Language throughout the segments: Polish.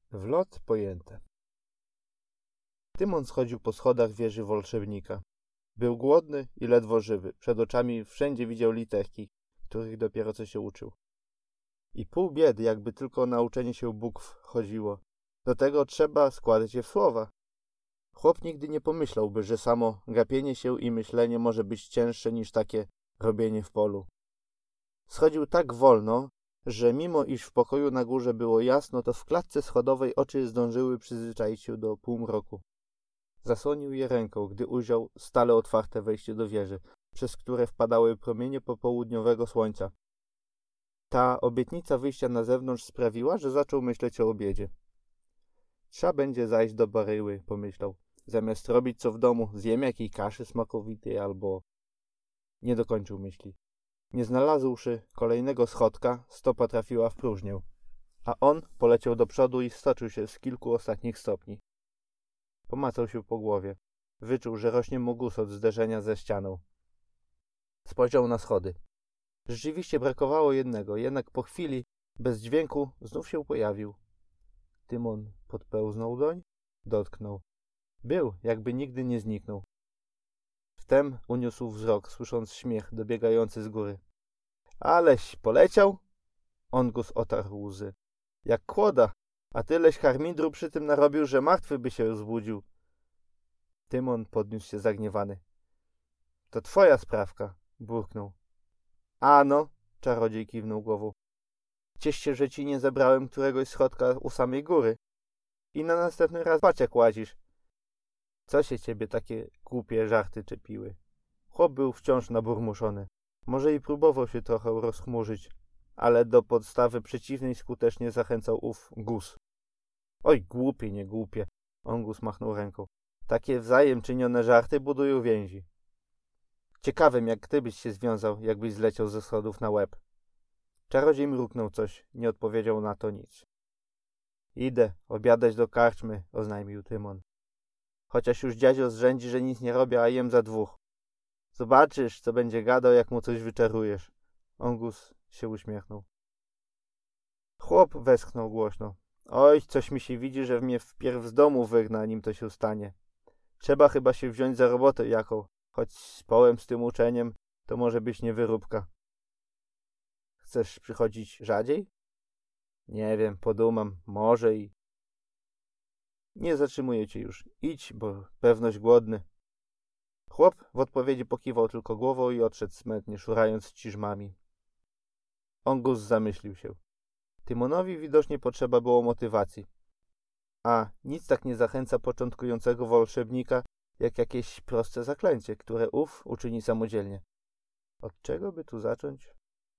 W lot pojęte. Tymon schodził po schodach wieży Wolszebnika. Był głodny i ledwo żywy. Przed oczami wszędzie widział literki, których dopiero co się uczył. I pół biedy, jakby tylko o nauczenie się bukw chodziło. Do tego trzeba składać je w słowa. Chłop nigdy nie pomyślałby, że samo gapienie się i myślenie może być cięższe niż takie robienie w polu. Schodził tak wolno, że mimo iż w pokoju na górze było jasno, to w klatce schodowej oczy zdążyły przyzwyczaić się do półmroku. Zasłonił je ręką, gdy ujrzał stale otwarte wejście do wieży, przez które wpadały promienie popołudniowego słońca. Ta obietnica wyjścia na zewnątrz sprawiła, że zaczął myśleć o obiedzie. Trzeba będzie zajść do baryły, pomyślał. Zamiast robić co w domu, zjem jakiej kaszy smakowitej albo... Nie dokończył myśli. Nie znalazłszy kolejnego schodka, stopa trafiła w próżnię, a on poleciał do przodu i stoczył się z kilku ostatnich stopni. Pomacał się po głowie. Wyczuł, że rośnie mu guz od zderzenia ze ścianą. Spojrzał na schody. Rzeczywiście brakowało jednego, jednak po chwili, bez dźwięku, znów się pojawił. Tymon podpełznął doń, dotknął. Był, jakby nigdy nie zniknął. Wtem uniósł wzrok, słysząc śmiech dobiegający z góry. Aleś poleciał? Ongus otarł łzy. Jak kłoda, a tyleś harmidru przy tym narobił, że martwy by się zbudził. Tymon podniósł się zagniewany. To twoja sprawka, burknął. Ano, czarodziej kiwnął głową. Ciesz się, że ci nie zebrałem któregoś schodka u samej góry. I na następny raz paciak łazisz. Co się ciebie takie głupie żarty czepiły? Chłop był wciąż naburmuszony. Może i próbował się trochę rozchmurzyć, ale do podstawy przeciwnej skutecznie zachęcał ów guz. Oj, głupie, nie głupie, Ongus machnął ręką. Takie wzajem czynione żarty budują więzi. Ciekawym, jak ty byś się związał, jakbyś zleciał ze schodów na łeb. Czarodziej mruknął coś, nie odpowiedział na to nic. Idę obiadać do karczmy, oznajmił Tymon. Chociaż już dziadzio zrzędzi, że nic nie robię, a jem za dwóch. Zobaczysz, co będzie gadał, jak mu coś wyczarujesz. Ongus się uśmiechnął. Chłop westchnął głośno. Oj, coś mi się widzi, że mnie wpierw z domu wygna, nim to się stanie. Trzeba chyba się wziąć za robotę jaką, choć z połem z tym uczeniem to może być niewyróbka. Chcesz przychodzić rzadziej? Nie wiem, podumam, może i... Nie zatrzymuję cię już. Idź, bo pewność głodny. Chłop w odpowiedzi pokiwał tylko głową i odszedł smętnie, szurając ciżmami. Ongus zamyślił się. Tymonowi widocznie potrzeba było motywacji. A nic tak nie zachęca początkującego wolszebnika, jak jakieś proste zaklęcie, które ów uczyni samodzielnie. Od czego by tu zacząć?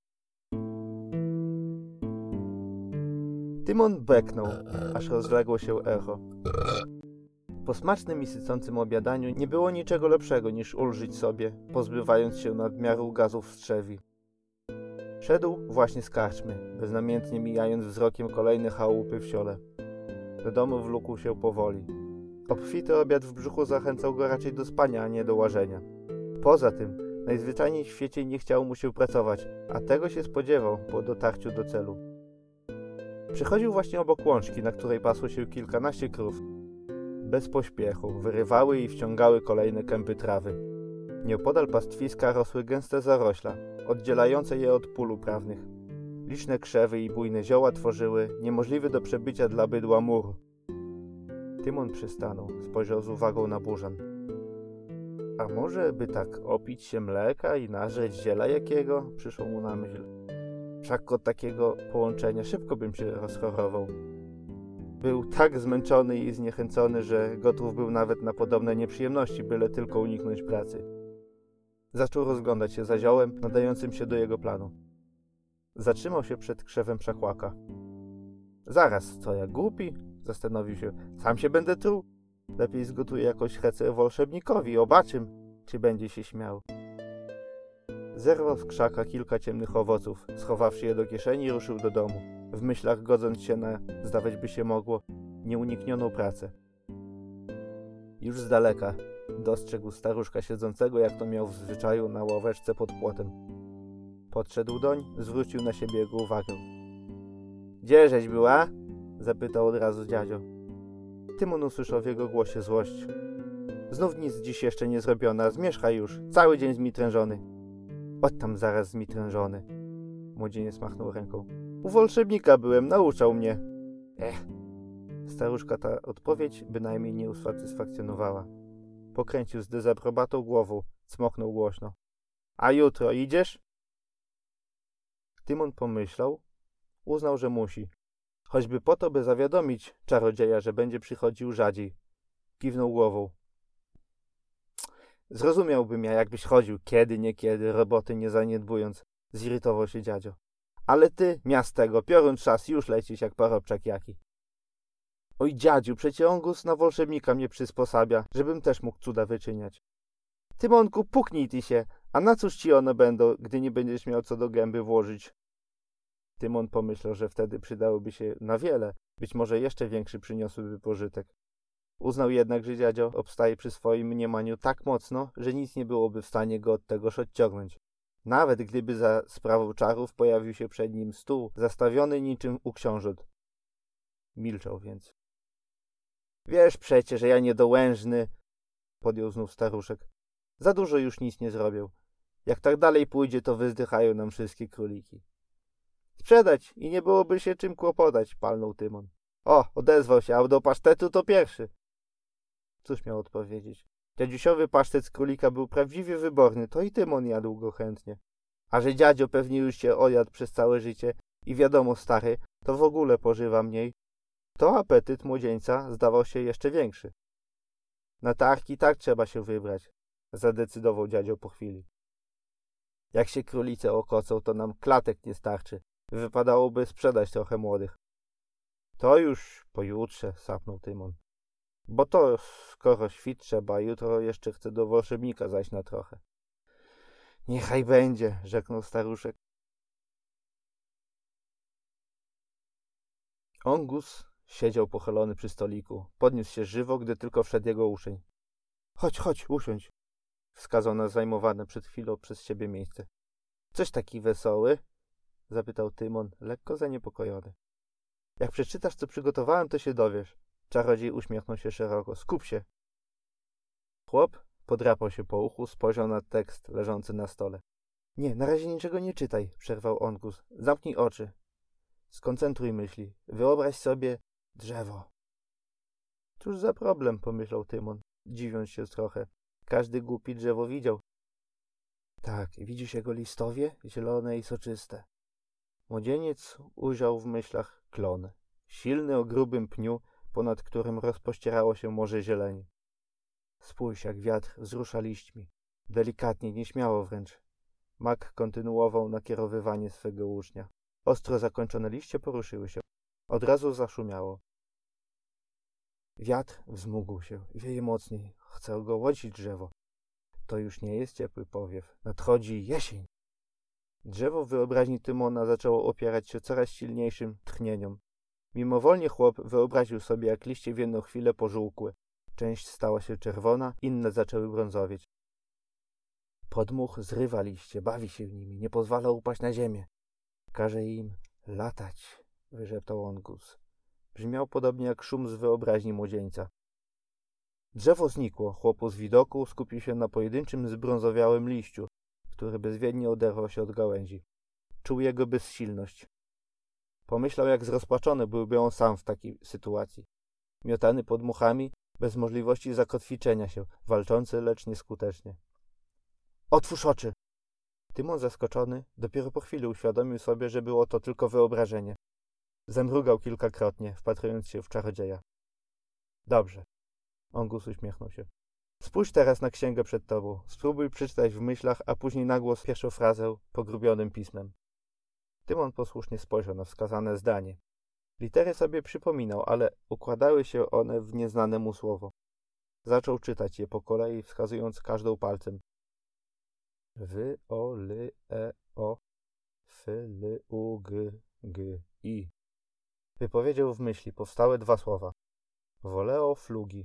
Tymon beknął, aż rozległo się echo. Po smacznym i sycącym obiadaniu nie było niczego lepszego niż ulżyć sobie, pozbywając się nadmiaru gazów strzewi. Szedł właśnie z karczmy, beznamiętnie mijając wzrokiem kolejne chałupy w siole. Do domu wlókł się powoli. Obfity obiad w brzuchu zachęcał go raczej do spania, a nie do łażenia. Poza tym, najzwyczajniej w świecie nie chciało mu się pracować, a tego się spodziewał po dotarciu do celu. Przechodził właśnie obok łączki, na której pasło się kilkanaście krów. Bez pośpiechu wyrywały i wciągały kolejne kępy trawy. Nieopodal pastwiska rosły gęste zarośla, oddzielające je od pól uprawnych. Liczne krzewy i bujne zioła tworzyły niemożliwy do przebycia dla bydła mur. Tymon przystanął, spojrzał z uwagą na burzan. A może by tak opić się mleka i nażreć ziela jakiego? Przyszło mu na myśl. Wszak od takiego połączenia szybko bym się rozchorował. Był tak zmęczony i zniechęcony, że gotów był nawet na podobne nieprzyjemności, byle tylko uniknąć pracy. Zaczął rozglądać się za ziołem nadającym się do jego planu. Zatrzymał się przed krzewem przakłaka. Zaraz, co ja głupi? Zastanowił się. Sam się będę truł. Lepiej zgotuję jakąś hecę wolszebnikowi, obaczym, czy będzie się śmiał. Zerwał z krzaka kilka ciemnych owoców, schowawszy je do kieszeni, ruszył do domu, w myślach godząc się na, zdawać by się mogło, nieuniknioną pracę. Już z daleka dostrzegł staruszka siedzącego, jak to miał w zwyczaju, na ławeczce pod płotem. Podszedł doń, zwrócił na siebie jego uwagę. Gdzieżeś była? Zapytał od razu dziadzio. Tymon usłyszał w jego głosie złość. Znów nic dziś jeszcze nie zrobiona, zmierzchaj już, cały dzień zmitrężony. Ot tam zaraz zmitrężony. Młodzieniec machnął ręką. U wolszebnika byłem, nauczał mnie. Staruszka ta odpowiedź bynajmniej nie usatysfakcjonowała. Pokręcił z dezaprobatą głową, cmoknął głośno. A jutro idziesz? Tymon pomyślał, uznał, że musi. Choćby po to, by zawiadomić czarodzieja, że będzie przychodził rzadziej. Kiwnął głową. Zrozumiałbym ja, jakbyś chodził kiedy, niekiedy, roboty nie zaniedbując. Zirytował się dziadzio. Ale ty, miastego, piorun czas, już lecisz jak parobczak jaki. Oj dziadziu, przecie Ongus na wolszebnika mnie przysposabia, żebym też mógł cuda wyczyniać. Tymonku, puknij ty się, a na cóż ci one będą, gdy nie będziesz miał co do gęby włożyć? Tymon pomyślał, że wtedy przydałyby się na wiele, być może jeszcze większy przyniosłyby pożytek. Uznał jednak, że dziadzio obstaje przy swoim mniemaniu tak mocno, że nic nie byłoby w stanie go od tegoż odciągnąć. Nawet gdyby za sprawą czarów pojawił się przed nim stół, zastawiony niczym u książąt. Milczał więc. Wiesz przecie, że ja niedołężny, podjął znów staruszek. Za dużo już nic nie zrobił. Jak tak dalej pójdzie, to wyzdychają nam wszystkie króliki. Sprzedać i nie byłoby się czym kłopotać, palnął Tymon. O, odezwał się, a do pasztetu to pierwszy. Cóż miał odpowiedzieć? Dziadziusiowy pasztet z królika był prawdziwie wyborny, to i Tymon jadł go chętnie. A że dziadzio pewnie już się ojadł przez całe życie i wiadomo stary, to w ogóle pożywa mniej, to apetyt młodzieńca zdawał się jeszcze większy. Na targi tak trzeba się wybrać, zadecydował dziadzio po chwili. Jak się królice okocą, to nam klatek nie starczy. Wypadałoby sprzedać trochę młodych. To już pojutrze, sapnął Tymon. Bo to skoro świt trzeba, jutro jeszcze chcę do wolszebnika zajść na trochę. Niechaj będzie, rzeknął staruszek. Ongus siedział pochylony przy stoliku. Podniósł się żywo, gdy tylko wszedł jego uczeń. Chodź, usiądź, wskazał na zajmowane przed chwilą przez siebie miejsce. Coś taki wesoły? Zapytał Tymon, lekko zaniepokojony. Jak przeczytasz, co przygotowałem, to się dowiesz. Czarodziej uśmiechnął się szeroko. Skup się. Chłop podrapał się po uchu, spojrzał na tekst leżący na stole. Nie, na razie niczego nie czytaj, przerwał Ongus. Zamknij oczy. Skoncentruj myśli. Wyobraź sobie drzewo. Cóż za problem, pomyślał Tymon, dziwiąc się trochę. Każdy głupi drzewo widział. Tak, widzisz jego listowie? Zielone i soczyste. Młodzieniec ujrzał w myślach klon. Silny o grubym pniu, ponad którym rozpościerało się morze zieleni. Spójrz, jak wiatr wzrusza liśćmi. Delikatnie, nieśmiało wręcz. Mak kontynuował nakierowywanie swego ucznia. Ostro zakończone liście poruszyły się. Od razu zaszumiało. Wiatr wzmógł się. Wieje mocniej. Chce ogołocić drzewo. To już nie jest ciepły powiew. Nadchodzi jesień. Drzewo w wyobraźni Tymona zaczęło opierać się coraz silniejszym tchnieniom. Mimowolnie chłop wyobraził sobie, jak liście w jedną chwilę pożółkły. Część stała się czerwona, inne zaczęły brązowieć. Podmuch zrywa liście, bawi się nimi, nie pozwala upaść na ziemię. Każe im latać, wyszeptał Ongus. Brzmiał podobnie jak szum z wyobraźni młodzieńca. Drzewo znikło, chłopu z widoku skupił się na pojedynczym zbrązowiałym liściu, który bezwiednie oderwał się od gałęzi. Czuł jego bezsilność. Pomyślał, jak zrozpaczony byłby on sam w takiej sytuacji. Miotany podmuchami, bez możliwości zakotwiczenia się, walczący, lecz nieskutecznie. Otwórz oczy! Tymon zaskoczony dopiero po chwili uświadomił sobie, że było to tylko wyobrażenie. Zamrugał kilkakrotnie, wpatrując się w czarodzieja. Dobrze. Ongus uśmiechnął się. Spójrz teraz na księgę przed tobą. Spróbuj przeczytać w myślach, a później na głos pierwszą frazę pogrubionym pismem. Tymon posłusznie spojrzał na wskazane zdanie. Litery sobie przypominał, ale układały się one w nieznane mu słowo. Zaczął czytać je po kolei, wskazując każdą palcem. Wy, o, ly, e, o, fy, ly, u, g, i. Wypowiedział w myśli powstałe dwa słowa. Woleo flugi.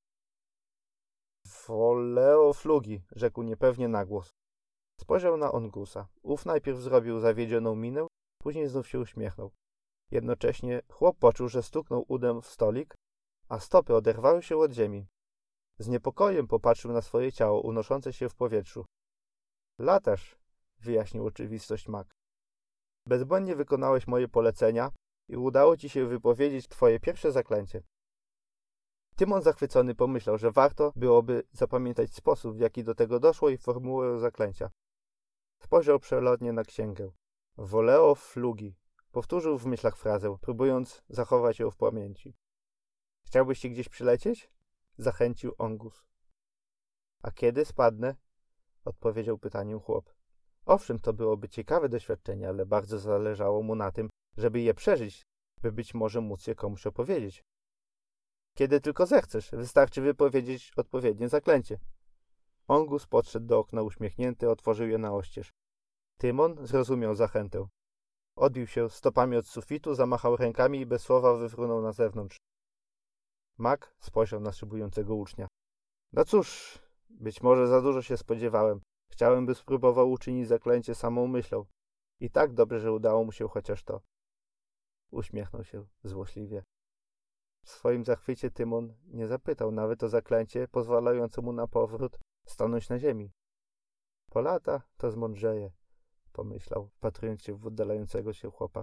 Woleo flugi, rzekł niepewnie na głos. Spojrzał na Ongusa. Ów najpierw zrobił zawiedzioną minę, później znów się uśmiechnął. Jednocześnie chłop poczuł, że stuknął udem w stolik, a stopy oderwały się od ziemi. Z niepokojem popatrzył na swoje ciało unoszące się w powietrzu. Latasz, wyjaśnił oczywistość mag. Bezbłędnie wykonałeś moje polecenia i udało ci się wypowiedzieć twoje pierwsze zaklęcie. Tymon zachwycony pomyślał, że warto byłoby zapamiętać sposób, w jaki do tego doszło i formułę zaklęcia. Spojrzał przelotnie na księgę. Voleo flugi. Powtórzył w myślach frazę, próbując zachować ją w pamięci. Chciałbyś się gdzieś przylecieć? Zachęcił Ongus. A kiedy spadnę? Odpowiedział pytaniem chłop. Owszem, to byłoby ciekawe doświadczenie, ale bardzo zależało mu na tym, żeby je przeżyć, by być może móc je komuś opowiedzieć. Kiedy tylko zechcesz, wystarczy wypowiedzieć odpowiednie zaklęcie. Ongus podszedł do okna uśmiechnięty, otworzył je na oścież. Tymon zrozumiał zachętę. Odbił się stopami od sufitu, zamachał rękami i bez słowa wyfrunął na zewnątrz. Mag spojrzał na szybującego ucznia. No cóż, być może za dużo się spodziewałem. Chciałem, by spróbował uczynić zaklęcie samą myślą. I tak dobrze, że udało mu się chociaż to. Uśmiechnął się złośliwie. W swoim zachwycie Tymon nie zapytał nawet o zaklęcie pozwalające mu na powrót stanąć na ziemi. Po lata to zmądrzeje, pomyślał, wpatrując się w oddalającego się chłopa.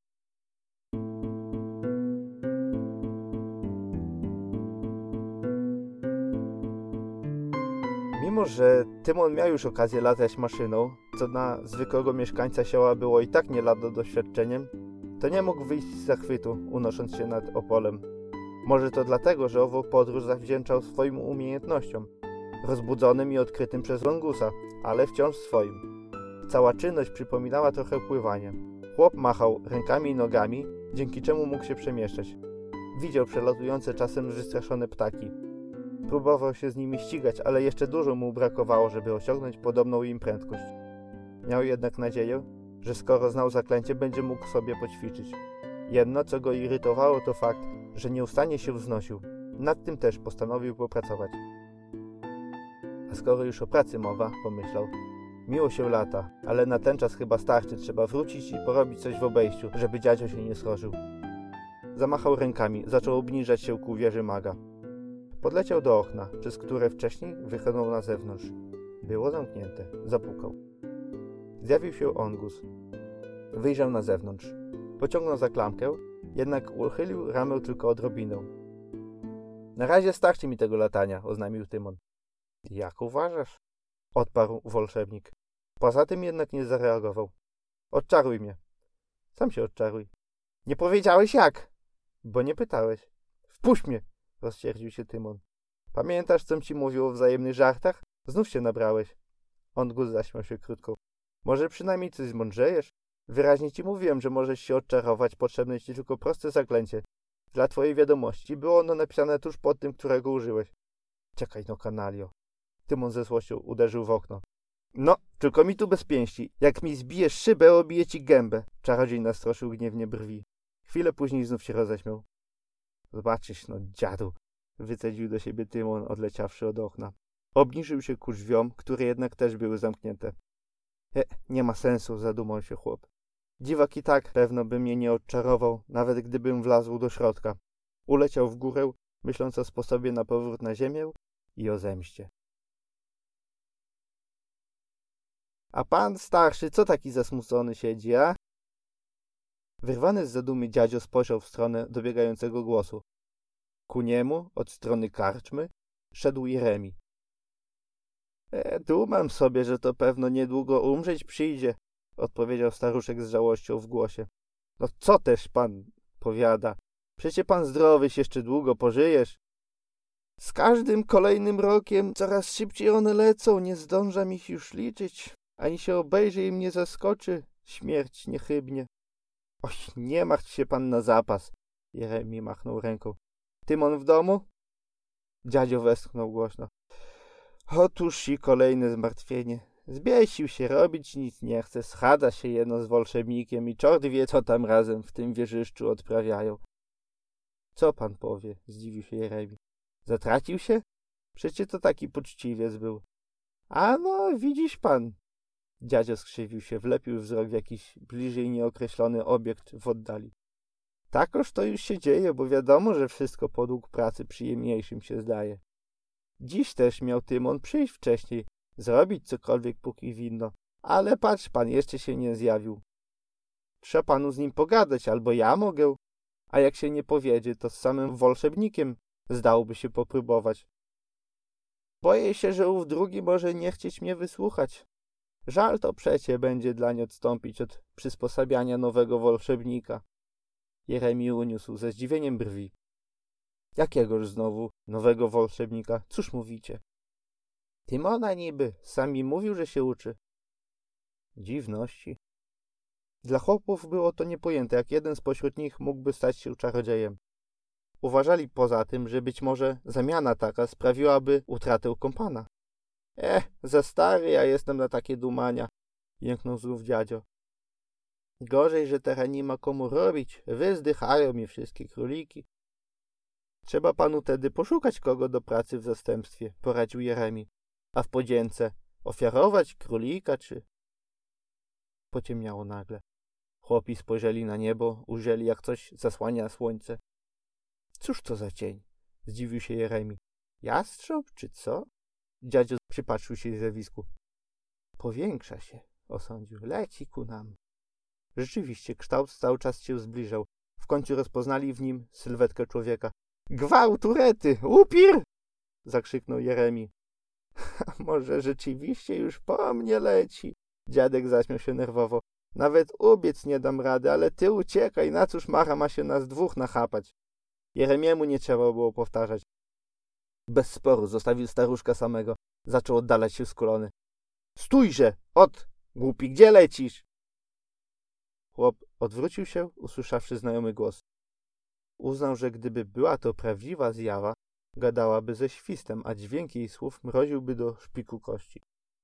Mimo, że Tymon miał już okazję latać maszyną, co na zwykłego mieszkańca sioła było i tak nie lada doświadczeniem, to nie mógł wyjść z zachwytu, unosząc się nad Opolem. Może to dlatego, że ową podróż zawdzięczał swoim umiejętnościom, rozbudzonym i odkrytym przez Longusa, ale wciąż swoim. Cała czynność przypominała trochę pływanie. Chłop machał rękami i nogami, dzięki czemu mógł się przemieszczać. Widział przelatujące czasem wystraszone ptaki. Próbował się z nimi ścigać, ale jeszcze dużo mu brakowało, żeby osiągnąć podobną im prędkość. Miał jednak nadzieję, że skoro znał zaklęcie, będzie mógł sobie poćwiczyć. Jedno, co go irytowało, to fakt, że nieustannie się wznosił. Nad tym też postanowił popracować. A skoro już o pracy mowa, pomyślał, miło się lata, ale na ten czas chyba starczy, trzeba wrócić i porobić coś w obejściu, żeby dziadzio się nie schorzył. Zamachał rękami, zaczął obniżać się ku wieży maga. Podleciał do okna, przez które wcześniej wychylał na zewnątrz. Było zamknięte. Zapukał. Zjawił się Ongus. Wyjrzał na zewnątrz. Pociągnął za klamkę, jednak uchylił ramę tylko odrobinę. Na razie starczy mi tego latania, oznajmił Tymon. Jak uważasz? Odparł wolszebnik. Poza tym jednak nie zareagował. Odczaruj mnie. Sam się odczaruj. Nie powiedziałeś jak? Bo nie pytałeś. Wpuść mnie! Rozsierdził się Tymon. Pamiętasz, com ci mówił o wzajemnych żartach? Znów się nabrałeś. Ongus zaśmiał się krótko. Może przynajmniej coś zmądrzejesz? Wyraźnie ci mówiłem, że możesz się odczarować, potrzebne ci tylko proste zaklęcie. Dla twojej wiadomości było ono napisane tuż pod tym, którego użyłeś. Czekaj no, kanalio. Tymon ze złością uderzył w okno. No, tylko mi tu bez pięści. Jak mi zbijesz szybę, obiję ci gębę. Czarodziej nastroszył gniewnie brwi. Chwilę później znów się roześmiał. Zobaczysz, no dziadu, wycedził do siebie Tymon, odleciawszy od okna. Obniżył się ku drzwiom, które jednak też były zamknięte. Nie ma sensu, zadumał się chłop. Dziwak i tak pewno by mnie nie odczarował, nawet gdybym wlazł do środka. Uleciał w górę, myśląc o sposobie na powrót na ziemię i o zemście. A pan starszy, co taki zasmucony siedzi, a? Wyrwany z zadumy dziadzio spojrzał w stronę dobiegającego głosu. Ku niemu, od strony karczmy, szedł Jeremi. Dumam sobie, że to pewno niedługo umrzeć przyjdzie, odpowiedział staruszek z żałością w głosie. No co też pan powiada? Przecie pan zdrowyś jeszcze długo pożyjesz. Z każdym kolejnym rokiem coraz szybciej one lecą, nie zdążam ich już liczyć, ani się obejrzy im nie zaskoczy śmierć niechybnie. Oj, nie martw się pan na zapas, Jeremi machnął ręką. Tymon w domu? Dziadzio westchnął głośno. Otóż i kolejne zmartwienie. Zbiesił się, robić nic nie chce, schadza się jedno z wolszebnikiem i czort wie, co tam razem w tym wieżyszczu odprawiają. Co pan powie? Zdziwił się Jeremi. Zatracił się? Przecie to taki poczciwiec był. A no, widzisz pan. Dziadzio skrzywił się, wlepił wzrok w jakiś bliżej nieokreślony obiekt w oddali. Takoż to już się dzieje, bo wiadomo, że wszystko podług pracy przyjemniejszym się zdaje. Dziś też miał Tymon przyjść wcześniej, zrobić cokolwiek póki winno, ale patrz pan, jeszcze się nie zjawił. Trzeba panu z nim pogadać, albo ja mogę, a jak się nie powiedzie, to z samym wolszebnikiem zdałoby się popróbować. Boję się, że ów drugi może nie chcieć mnie wysłuchać. Żal to przecie będzie dlań odstąpić od przysposabiania nowego wolszebnika. Jeremi uniósł ze zdziwieniem brwi. Jakiegoż znowu nowego wolszebnika? Cóż mówicie? Tymona niby, sami mówił, że się uczy. Dziwności. Dla chłopów było to niepojęte, jak jeden spośród nich mógłby stać się czarodziejem. Uważali poza tym, że być może zamiana taka sprawiłaby utratę kompana. Za stary ja jestem na takie dumania, jęknął znów dziadzio. Gorzej, że teraz nie ma komu robić, wyzdychają mi wszystkie króliki. Trzeba panu tedy poszukać kogo do pracy w zastępstwie, poradził Jeremi. A w podzięce ofiarować królika, czy... Pociemniało nagle. Chłopi spojrzeli na niebo, ujrzeli jak coś zasłania słońce. Cóż to za cień? Zdziwił się Jeremi. Jastrząb, czy co? Dziadzio przypatrzył się zjawisku. Powiększa się, osądził. Leci ku nam. Rzeczywiście, kształt cały czas się zbliżał. W końcu rozpoznali w nim sylwetkę człowieka. Gwałt, urety, upir! Zakrzyknął Jeremi. Może rzeczywiście już po mnie leci? Dziadek zaśmiał się nerwowo. Nawet ubiec nie dam rady, ale ty uciekaj, na cóż Mara ma się nas dwóch nachapać? Jeremiemu nie trzeba było powtarzać. Bez sporu zostawił staruszka samego. Zaczął oddalać się skulony. Stójże! Głupi, gdzie lecisz? Chłop odwrócił się, usłyszawszy znajomy głos. Uznał, że gdyby była to prawdziwa zjawa, gadałaby ze świstem, a dźwięk jej słów mroziłby do szpiku kości.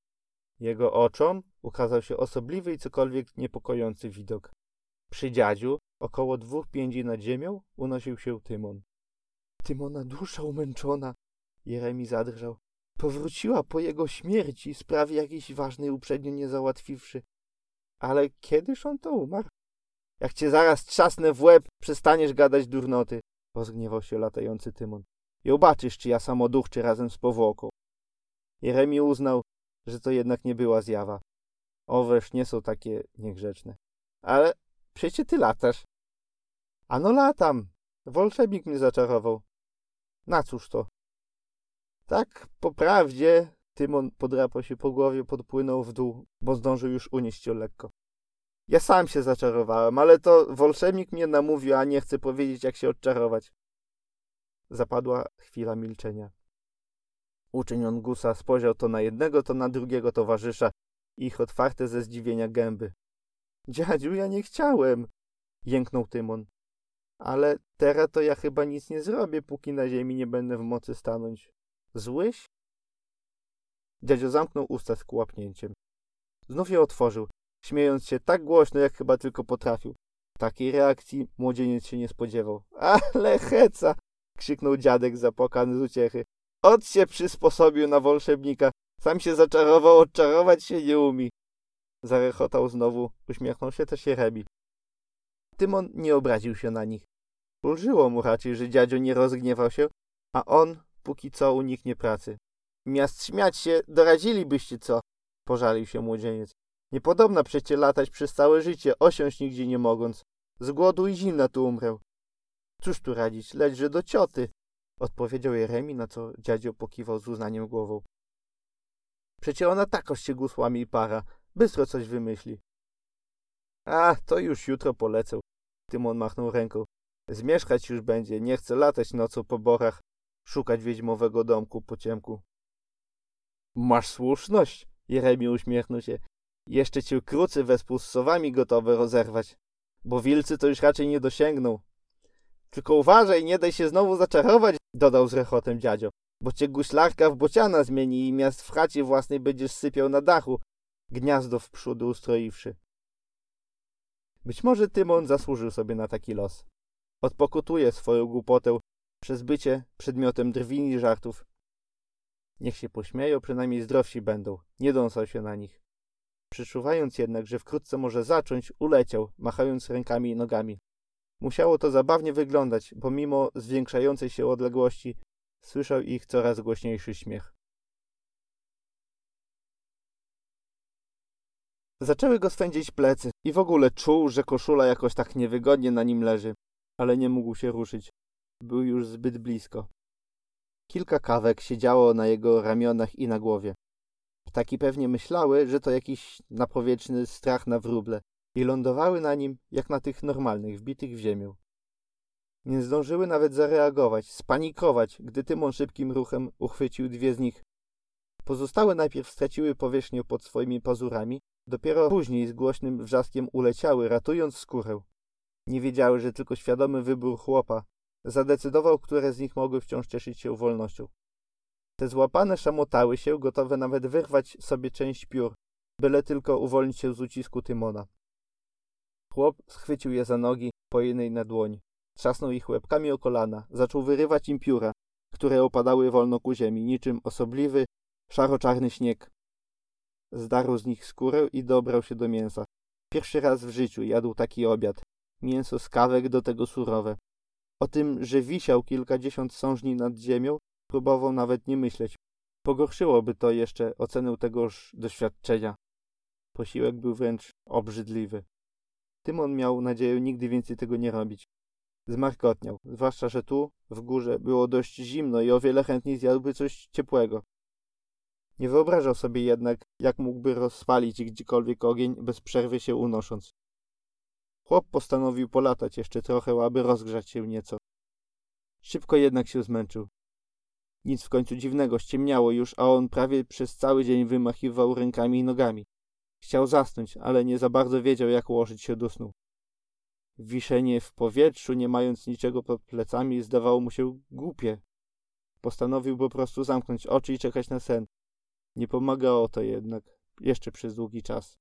Jego oczom ukazał się osobliwy i cokolwiek niepokojący widok. Przy dziadziu, około 2 piędzi nad ziemią, unosił się Tymon. Tymona dusza umęczona, Jeremi zadrżał. Powróciła po jego śmierci, sprawy jakiejś ważnej uprzednio nie załatwiwszy. Ale kiedyż on to umarł? Jak cię zaraz trzasnę w łeb, przestaniesz gadać durnoty, rozgniewał się latający Tymon. I obaczysz, czy ja samoduch, czy razem z powłoką. Jeremi uznał, że to jednak nie była zjawa. Oweż nie są takie niegrzeczne. Ale przecie ty latasz. Ano latam. Wolszebnik mnie zaczarował. Na cóż to? Tak, po prawdzie, Tymon podrapał się po głowie, podpłynął w dół, bo zdążył już unieść ją lekko. Ja sam się zaczarowałem, ale to wolszebnik mnie namówił, a nie chce powiedzieć, jak się odczarować. Zapadła chwila milczenia. Uczeń Ongusa spojrzał to na jednego, to na drugiego towarzysza, ich otwarte ze zdziwienia gęby. Dziadziu, ja nie chciałem, jęknął Tymon. Ale teraz to ja chyba nic nie zrobię, póki na ziemi nie będę w mocy stanąć. Złyś? Dziadzio zamknął usta z kłapnięciem. Znów je otworzył, śmiejąc się tak głośno, jak chyba tylko potrafił. Takiej reakcji młodzieniec się nie spodziewał. Ale heca! Krzyknął dziadek zapłakany z uciechy. Ot się przysposobił na wolszebnika. Sam się zaczarował, odczarować się nie umie. Zarechotał znowu, uśmiechnął się też Jeremi. Tymon nie obraził się na nich. Ulżyło mu raczej, że dziadzio nie rozgniewał się, a on póki co uniknie pracy. Miast śmiać się, doradzilibyście co? Pożalił się młodzieniec. Niepodobna przecie latać przez całe życie, osiąść nigdzie nie mogąc. Z głodu i zimna tu umrę. Cóż tu radzić, lećże do cioty, odpowiedział Jeremi, na co dziadzio pokiwał z uznaniem głową. Przecie ona takoż się gusłami para, bystro coś wymyśli. A, to już jutro polecę. Tymon machnął ręką. Zmieszkać już będzie, nie chcę latać nocą po borach, szukać wiedźmowego domku po ciemku. Masz słuszność, Jeremi uśmiechnął się. Jeszcze cię krucy wespół z sowami gotowe rozerwać, bo wilcy to już raczej nie dosięgną. Tylko uważaj, nie daj się znowu zaczarować, dodał z rechotem dziadzio, bo cię guślarka w bociana zmieni i miast w chacie własnej będziesz sypiał na dachu, gniazdo w przód ustroiwszy. Być może Tymon zasłużył sobie na taki los. Odpokutuje swoją głupotę przez bycie przedmiotem drwin i żartów. Niech się pośmieją, przynajmniej zdrowsi będą, nie dąsał się na nich. Przeczuwając jednak, że wkrótce może zacząć, uleciał, machając rękami i nogami. Musiało to zabawnie wyglądać, bo mimo zwiększającej się odległości słyszał ich coraz głośniejszy śmiech. Zaczęły go swędzić plecy i w ogóle czuł, że koszula jakoś tak niewygodnie na nim leży, ale nie mógł się ruszyć. Był już zbyt blisko. Kilka kawek siedziało na jego ramionach i na głowie. Ptaki pewnie myślały, że to jakiś napowietrzny strach na wróble i lądowały na nim jak na tych normalnych, wbitych w ziemię. Nie zdążyły nawet zareagować, spanikować, gdy Tymon szybkim ruchem uchwycił dwie z nich. Pozostałe najpierw straciły powierzchnię pod swoimi pazurami, dopiero później z głośnym wrzaskiem uleciały, ratując skórę. Nie wiedziały, że tylko świadomy wybór chłopa zadecydował, które z nich mogły wciąż cieszyć się wolnością. Te złapane szamotały się, gotowe nawet wyrwać sobie część piór, byle tylko uwolnić się z ucisku Tymona. Chłop schwycił je za nogi, po jednej na dłoń. Trzasnął ich łebkami o kolana, zaczął wyrywać im pióra, które opadały wolno ku ziemi, niczym osobliwy, szaro-czarny śnieg. Zdarł z nich skórę i dobrał się do mięsa. Pierwszy raz w życiu jadł taki obiad. Mięso z kawek, do tego surowe. O tym, że wisiał kilkadziesiąt sążni nad ziemią, próbował nawet nie myśleć. Pogorszyłoby to jeszcze ocenę tegoż doświadczenia. Posiłek był wręcz obrzydliwy. Tymon miał nadzieję nigdy więcej tego nie robić. Zmarkotniał, zwłaszcza, że tu, w górze, było dość zimno i o wiele chętniej zjadłby coś ciepłego. Nie wyobrażał sobie jednak, jak mógłby rozpalić gdziekolwiek ogień, bez przerwy się unosząc. Chłop postanowił polatać jeszcze trochę, aby rozgrzać się nieco. Szybko jednak się zmęczył. Nic w końcu dziwnego, ściemniało już, a on prawie przez cały dzień wymachiwał rękami i nogami. Chciał zasnąć, ale nie za bardzo wiedział, jak ułożyć się do snu. Wiszenie w powietrzu, nie mając niczego pod plecami, zdawało mu się głupie. Postanowił po prostu zamknąć oczy i czekać na sen. Nie pomagało to jednak, jeszcze przez długi czas.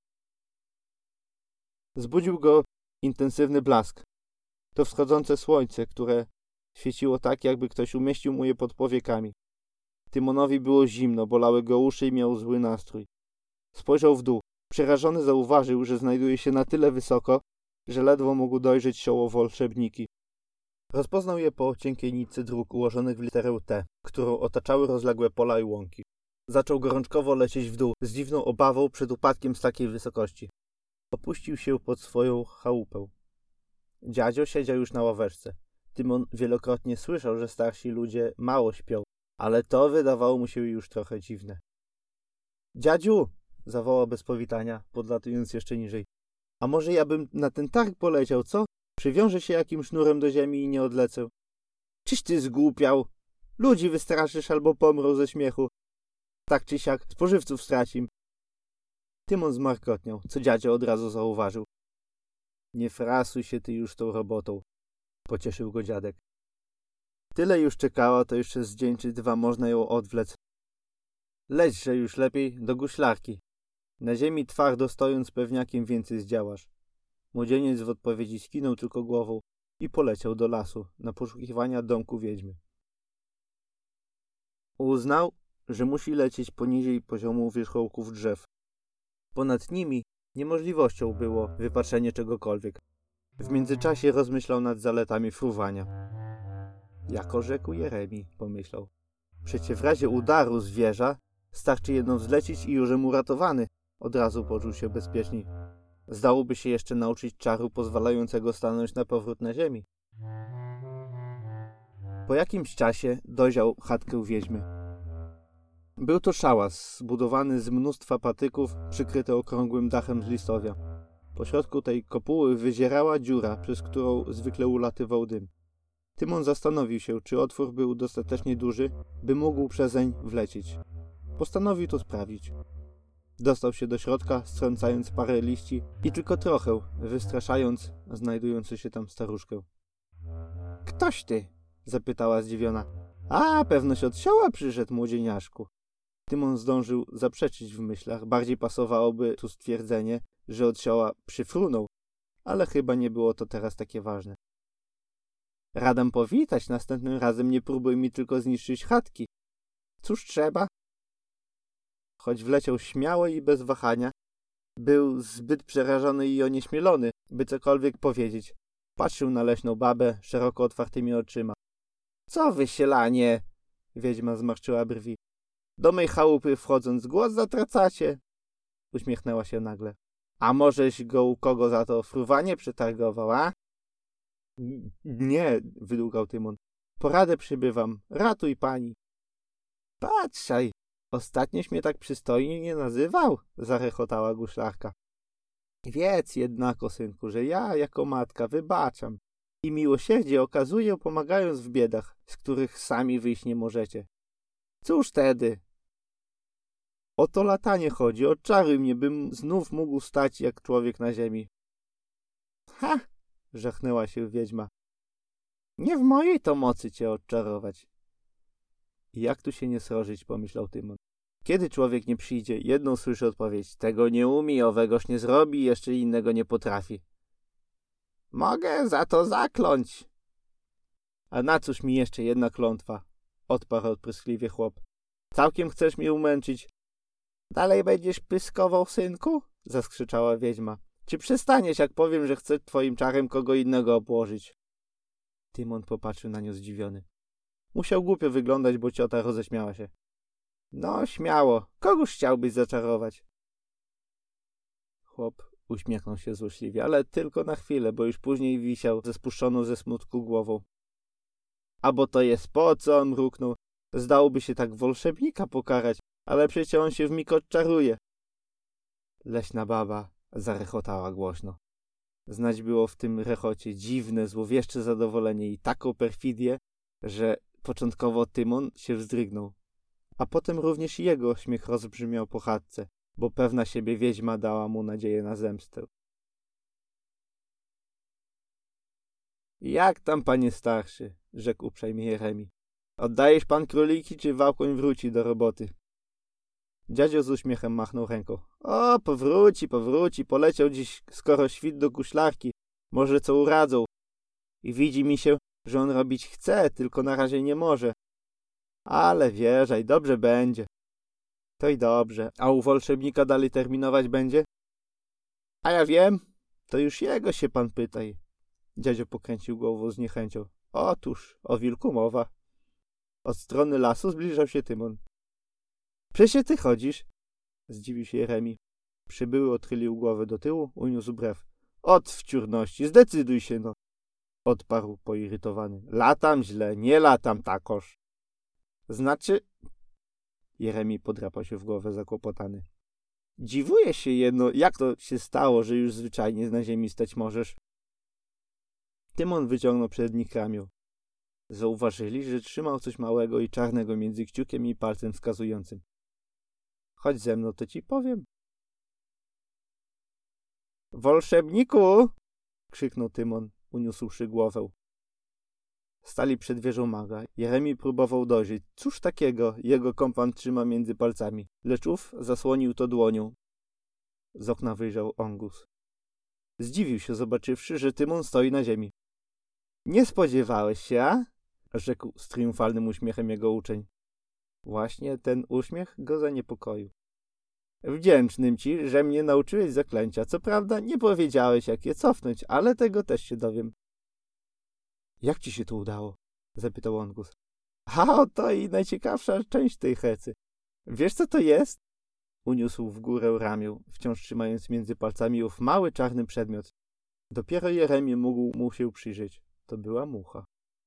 Zbudził go intensywny blask. To wschodzące słońce, które świeciło tak, jakby ktoś umieścił mu je pod powiekami. Tymonowi było zimno, bolały go uszy i miał zły nastrój. Spojrzał w dół. Przerażony zauważył, że znajduje się na tyle wysoko, że ledwo mógł dojrzeć sioło Wolszebniki. Rozpoznał je po cienkiej nitce dróg ułożonych w literę T, którą otaczały rozległe pola i łąki. Zaczął gorączkowo lecieć w dół, z dziwną obawą przed upadkiem z takiej wysokości. Opuścił się pod swoją chałupę. Dziadzio siedział już na ławeczce. Tymon wielokrotnie słyszał, że starsi ludzie mało śpią, ale to wydawało mu się już trochę dziwne. Dziadziu! Zawołał bez powitania, podlatując jeszcze niżej. A może ja bym na ten targ poleciał, co? Przywiążę się jakimś sznurem do ziemi i nie odlecę. Czyś ty zgłupiał? Ludzi wystraszysz albo pomrą ze śmiechu. Tak czy siak spożywców stracim. Tymon zmarkotniał, co dziadzio od razu zauważył. Nie frasuj się ty już tą robotą, pocieszył go dziadek. Tyle już czekała, to jeszcze z dzień czy dwa można ją odwlec. Lećże już lepiej do guślarki. Na ziemi twardo stojąc pewniakiem więcej zdziałasz. Młodzieniec w odpowiedzi skinął tylko głową i poleciał do lasu na poszukiwania domku wiedźmy. Uznał, że musi lecieć poniżej poziomu wierzchołków drzew. Ponad nimi niemożliwością było wypatrzenie czegokolwiek. W międzyczasie rozmyślał nad zaletami fruwania. Jako rzekł Jeremi, pomyślał. Przecie w razie udaru zwierza starczy jedno wzlecieć i już uratowany. Od razu poczuł się bezpieczniej. Zdałoby się jeszcze nauczyć czaru pozwalającego stanąć na powrót na ziemi. Po jakimś czasie dojrzał chatkę wiedźmy. Był to szałas zbudowany z mnóstwa patyków, przykryty okrągłym dachem z listowia. Pośrodku tej kopuły wyzierała dziura, przez którą zwykle ulatywał dym. Tymon zastanowił się, czy otwór był dostatecznie duży, by mógł przezeń wlecieć. Postanowił to sprawdzić. Dostał się do środka, strącając parę liści i tylko trochę, wystraszając znajdującą się tam staruszkę. — Ktoś ty? — zapytała zdziwiona. — A, pewnoś od sioła przyszedł, młodzieniaszku. Tymon zdążył zaprzeczyć w myślach. Bardziej pasowałoby tu stwierdzenie, że od sioła przyfrunął, ale chyba nie było to teraz takie ważne. — Radam powitać, następnym razem nie próbuj mi tylko zniszczyć chatki. Cóż trzeba? Choć wleciał śmiało i bez wahania, był zbyt przerażony i onieśmielony, by cokolwiek powiedzieć. Patrzył na leśną babę szeroko otwartymi oczyma. Co wy, sielanie? Wiedźma zmarszczyła brwi. Do mej chałupy wchodząc głos zatracacie? Uśmiechnęła się nagle. A możeś go u kogo za to fruwanie przetargował, a? Nie, wydługał Tymon. Poradę przybywam. Ratuj pani. Patrzaj, ostatnioś mnie tak przystojnie nie nazywał, zarechotała guślarka. Wiedz jednako, synku, że ja jako matka wybaczam i miłosierdzie okazuję, pomagając w biedach, z których sami wyjść nie możecie. Cóż tedy? O to latanie chodzi, oczaruj mnie, bym znów mógł stać jak człowiek na ziemi. Ha! Żachnęła się wiedźma. Nie w mojej to mocy cię odczarować. I jak tu się nie srożyć, pomyślał Tymon. Kiedy człowiek nie przyjdzie, jedną słyszy odpowiedź. Tego nie umie, owegoż nie zrobi, jeszcze innego nie potrafi. Mogę za to zakląć. A na cóż mi jeszcze jedna klątwa? Odparł odpryskliwie chłop. Całkiem chcesz mnie umęczyć? Dalej będziesz pyskował, synku? Zaskrzyczała wiedźma. Czy przestaniesz, jak powiem, że chcę twoim czarem kogo innego obłożyć? Tymon popatrzył na nią zdziwiony. Musiał głupio wyglądać, bo ciota roześmiała się. No, śmiało. Kogóż chciałbyś zaczarować? Chłop uśmiechnął się złośliwie, ale tylko na chwilę, bo już później wisiał ze spuszczoną ze smutku głową. A bo to jest po co? Mruknął. Zdałoby się tak wolszebnika pokarać, ale przecie on się w mig odczaruje. Leśna baba zarechotała głośno. Znać było w tym rechocie dziwne, złowieszcze zadowolenie i taką perfidię, że początkowo Tymon się wzdrygnął. A potem również jego śmiech rozbrzmiał po chatce, bo pewna siebie wiedźma dała mu nadzieję na zemstę. Jak tam, panie starszy? Rzekł uprzejmie Jeremi. Oddajesz pan króliki, czy wałkoń wróci do roboty? Dziadzio z uśmiechem machnął ręką. O, powróci, poleciał dziś skoro świt do guślarki, może co uradzą. I widzi mi się, że on robić chce, tylko na razie nie może. Ale wierzaj, dobrze będzie. To i dobrze. A u wolszebnika dalej terminować będzie? A ja wiem. To już jego się pan pytaj. Dziadzio pokręcił głową z niechęcią. Otóż, o wilku mowa. Od strony lasu zbliżał się Tymon. Przecież ty chodzisz? Zdziwił się Jeremi. Przybyły odchylił głowę do tyłu, uniósł brew. Od wciórności, zdecyduj się no. Odparł poirytowany. Latam źle, nie latam takoż. Znaczy... Jeremi podrapał się w głowę zakłopotany. Dziwuję się jedno, jak to się stało, że już zwyczajnie na ziemi stać możesz? Tymon wyciągnął przed nich ramię. Zauważyli, że trzymał coś małego i czarnego między kciukiem i palcem wskazującym. Chodź ze mną, to ci powiem. Wolszebniku! Krzyknął Tymon, uniósłszy głowę. Stali przed wieżą maga. Jeremi próbował dojrzeć. Cóż takiego jego kompan trzyma między palcami, lecz ów zasłonił to dłonią. Z okna wyjrzał Ongus. Zdziwił się, zobaczywszy, że Tymon stoi na ziemi. Nie spodziewałeś się, a? Rzekł z triumfalnym uśmiechem jego uczeń. Właśnie ten uśmiech go zaniepokoił. Wdzięcznym ci, że mnie nauczyłeś zaklęcia. Co prawda nie powiedziałeś, jak je cofnąć, ale tego też się dowiem. Jak ci się to udało? Zapytał Ongus. A oto i najciekawsza część tej hecy. Wiesz, co to jest? Uniósł w górę ramię, wciąż trzymając między palcami ów mały czarny przedmiot. Dopiero Jeremi mógł mu się przyjrzeć. To była mucha.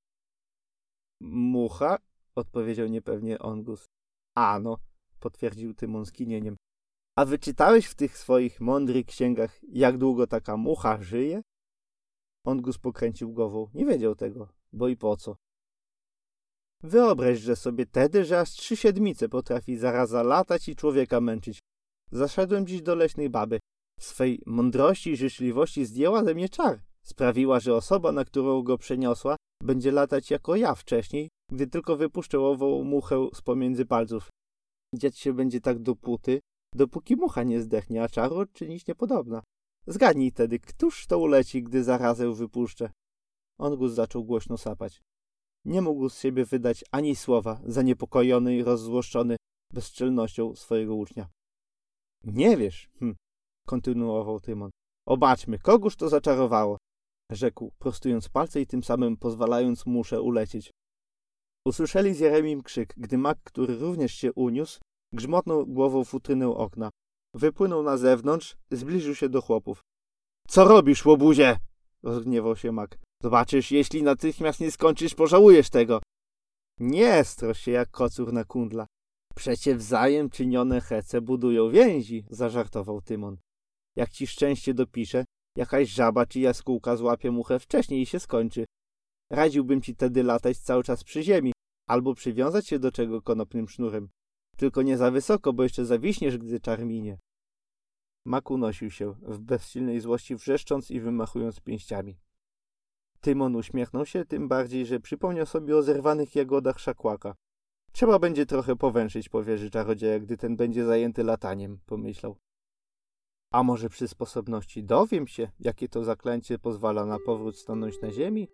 Mucha? Odpowiedział niepewnie Ongus. Ano, potwierdził Tymon skinieniem. A wyczytałeś w tych swoich mądrych księgach, jak długo taka mucha żyje? Ongus pokręcił głową. Nie wiedział tego, bo i po co. Wyobraź, że sobie tedy, że aż 3 siedmice potrafi zaraza latać i człowieka męczyć. Zaszedłem dziś do leśnej baby. Swej mądrości i życzliwości zdjęła ze mnie czar. Sprawiła, że osoba, na którą go przeniosła, będzie latać jako ja wcześniej, gdy tylko wypuszczę ową muchę z pomiędzy palców. Dziać się będzie tak dopóki mucha nie zdechnie, a czaru odczynić niepodobna. Zgadnij tedy, któż to uleci, gdy zarazę wypuszczę? Ongus zaczął głośno sapać. Nie mógł z siebie wydać ani słowa, zaniepokojony i rozzłoszczony bezczelnością swojego ucznia. Nie wiesz, kontynuował Tymon. Obaczmy, kogóż to zaczarowało. rzekł, prostując palce i tym samym pozwalając musze ulecieć. Usłyszeli z Jeremim krzyk, gdy mak, który również się uniósł, grzmotnął głową w futrynę okna. Wypłynął na zewnątrz, zbliżył się do chłopów. — Co robisz, łobuzie? — rozgniewał się mak. — Zobaczysz, jeśli natychmiast nie skończysz, pożałujesz tego. — Nie stroż się jak kocur na kundla. Przecie wzajem czynione hece budują więzi — zażartował Tymon. — Jak ci szczęście dopisze, jakaś żaba czy jaskółka złapie muchę wcześniej i się skończy. Radziłbym ci tedy latać cały czas przy ziemi, albo przywiązać się do czego konopnym sznurem. Tylko nie za wysoko, bo jeszcze zawiśniesz, gdy czar minie. Mak unosił się, w bezsilnej złości wrzeszcząc i wymachując pięściami. Tymon uśmiechnął się, tym bardziej, że przypomniał sobie o zerwanych jagodach szakłaka. Trzeba będzie trochę powęszyć po wieży czarodzieja, gdy ten będzie zajęty lataniem, pomyślał. A może przy sposobności dowiem się, jakie to zaklęcie pozwala na powrót stanąć na ziemi?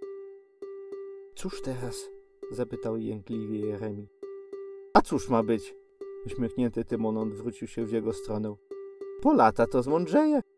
Cóż teraz? Zapytał jękliwie Jeremi. A cóż ma być? Uśmiechnięty Tymon odwrócił się w jego stronę. Po lata to zmądrzeje.